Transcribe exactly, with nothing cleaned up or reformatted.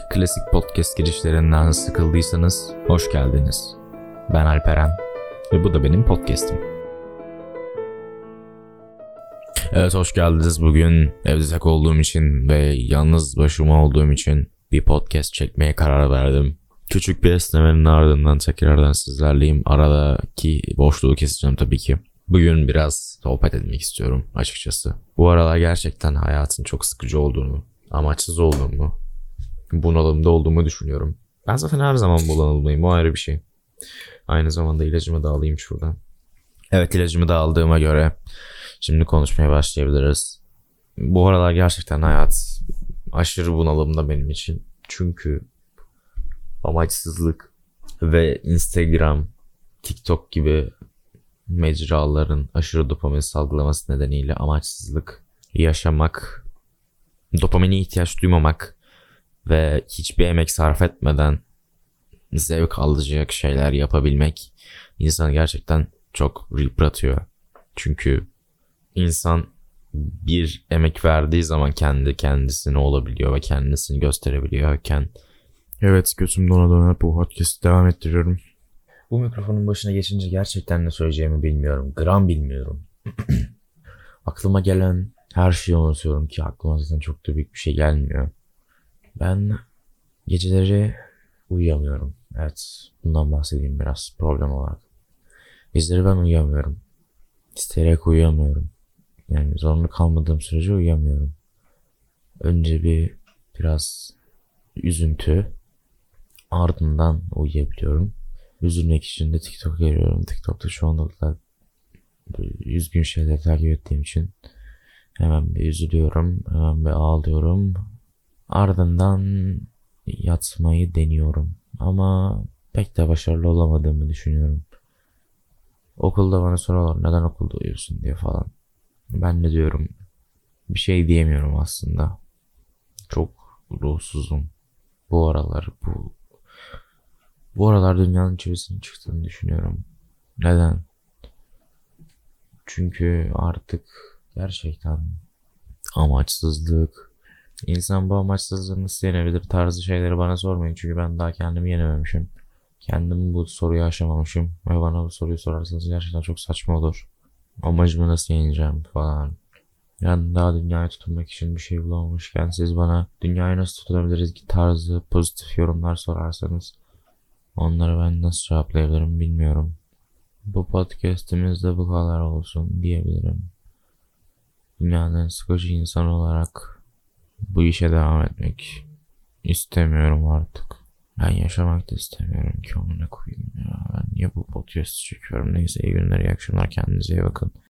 Klasik podcast girişlerinden sıkıldıysanız hoş geldiniz. Ben Alperen ve bu da benim podcast'im. Evet, hoş geldiniz. Bugün evde tek olduğum için ve yalnız başıma olduğum için bir podcast çekmeye karar verdim. Küçük bir esnemenin ardından tekrardan sizlerleyim. Aradaki boşluğu keseceğim tabii ki. Bugün biraz sohbet etmek istiyorum açıkçası. Bu aralar gerçekten hayatın çok sıkıcı olduğunu, amaçsız olduğumu, bunalımda olduğumu düşünüyorum. Ben zaten her zaman bunalımdayım, o ayrı bir şey. Aynı zamanda ilacımı da alayım şuradan. Evet, ilacımı da aldığıma göre şimdi konuşmaya başlayabiliriz. Bu aralar gerçekten hayat aşırı bunalımda benim için. Çünkü amaçsızlık ve Instagram, TikTok gibi mecraların aşırı dopamin salgılaması nedeniyle amaçsızlık yaşamak, dopamine ihtiyaç duymamak ve hiçbir emek sarf etmeden zevk alacak şeyler yapabilmek insanı gerçekten çok yıpratıyor. Çünkü insan bir emek verdiği zaman kendi kendisine olabiliyor ve kendisini gösterebiliyorken. Evet, götüm dona dona bu podcast'ı devam ettiriyorum. Bu mikrofonun başına geçince gerçekten ne söyleyeceğimi bilmiyorum. Gram bilmiyorum. Aklıma gelen her şeyi unutuyorum ki aklıma zaten çok da büyük bir şey gelmiyor. Ben geceleri uyuyamıyorum. Evet, bundan bahsedeyim biraz problem olarak. Geceleri ben uyuyamıyorum. İsteyerek uyuyamıyorum. Yani zorunlu kalmadığım sürece uyuyamıyorum. Önce bir biraz üzüntü, ardından uyuyabiliyorum. Üzülmek için de TikTok'a giriyorum. TikTok'ta şu anda da üzgün şeyleri takip ettiğim için hemen bir üzülüyorum, hemen bir ağlıyorum. Ardından yatmayı deniyorum. Ama pek de başarılı olamadığımı düşünüyorum. Okulda bana soruyorlar neden okulda uyuyorsun diye falan. Ben de diyorum bir şey diyemiyorum aslında. Çok ruhsuzum. Bu aralar bu bu aralar dünyanın çivisinin çıktığını düşünüyorum. Neden? Çünkü artık gerçekten amaçsızlık. İnsan bu amaçsızlığı nasıl yenebilir tarzı şeyleri bana sormayın. Çünkü ben daha kendimi yenememişim. Kendim bu soruyu aşamamışım. Ve bana bu soruyu sorarsanız gerçekten çok saçma olur. Amacımı nasıl yeneceğim falan. Yani daha dünyaya tutunmak için bir şey bulamamışken siz bana dünyayı nasıl tutunabiliriz ki tarzı pozitif yorumlar sorarsanız onları ben nasıl cevaplayabilirim bilmiyorum. Bu podcast'imizde bu kadar olsun diyebilirim. Dünyanın en sıkıcı insan olarak bu işe devam etmek istemiyorum artık. Ben yaşamak da istemiyorum ki onu ne koyayım ya. Ben niye bu podcast'ı çekiyorum? Neyse, iyi günler, iyi akşamlar, kendinize iyi bakın.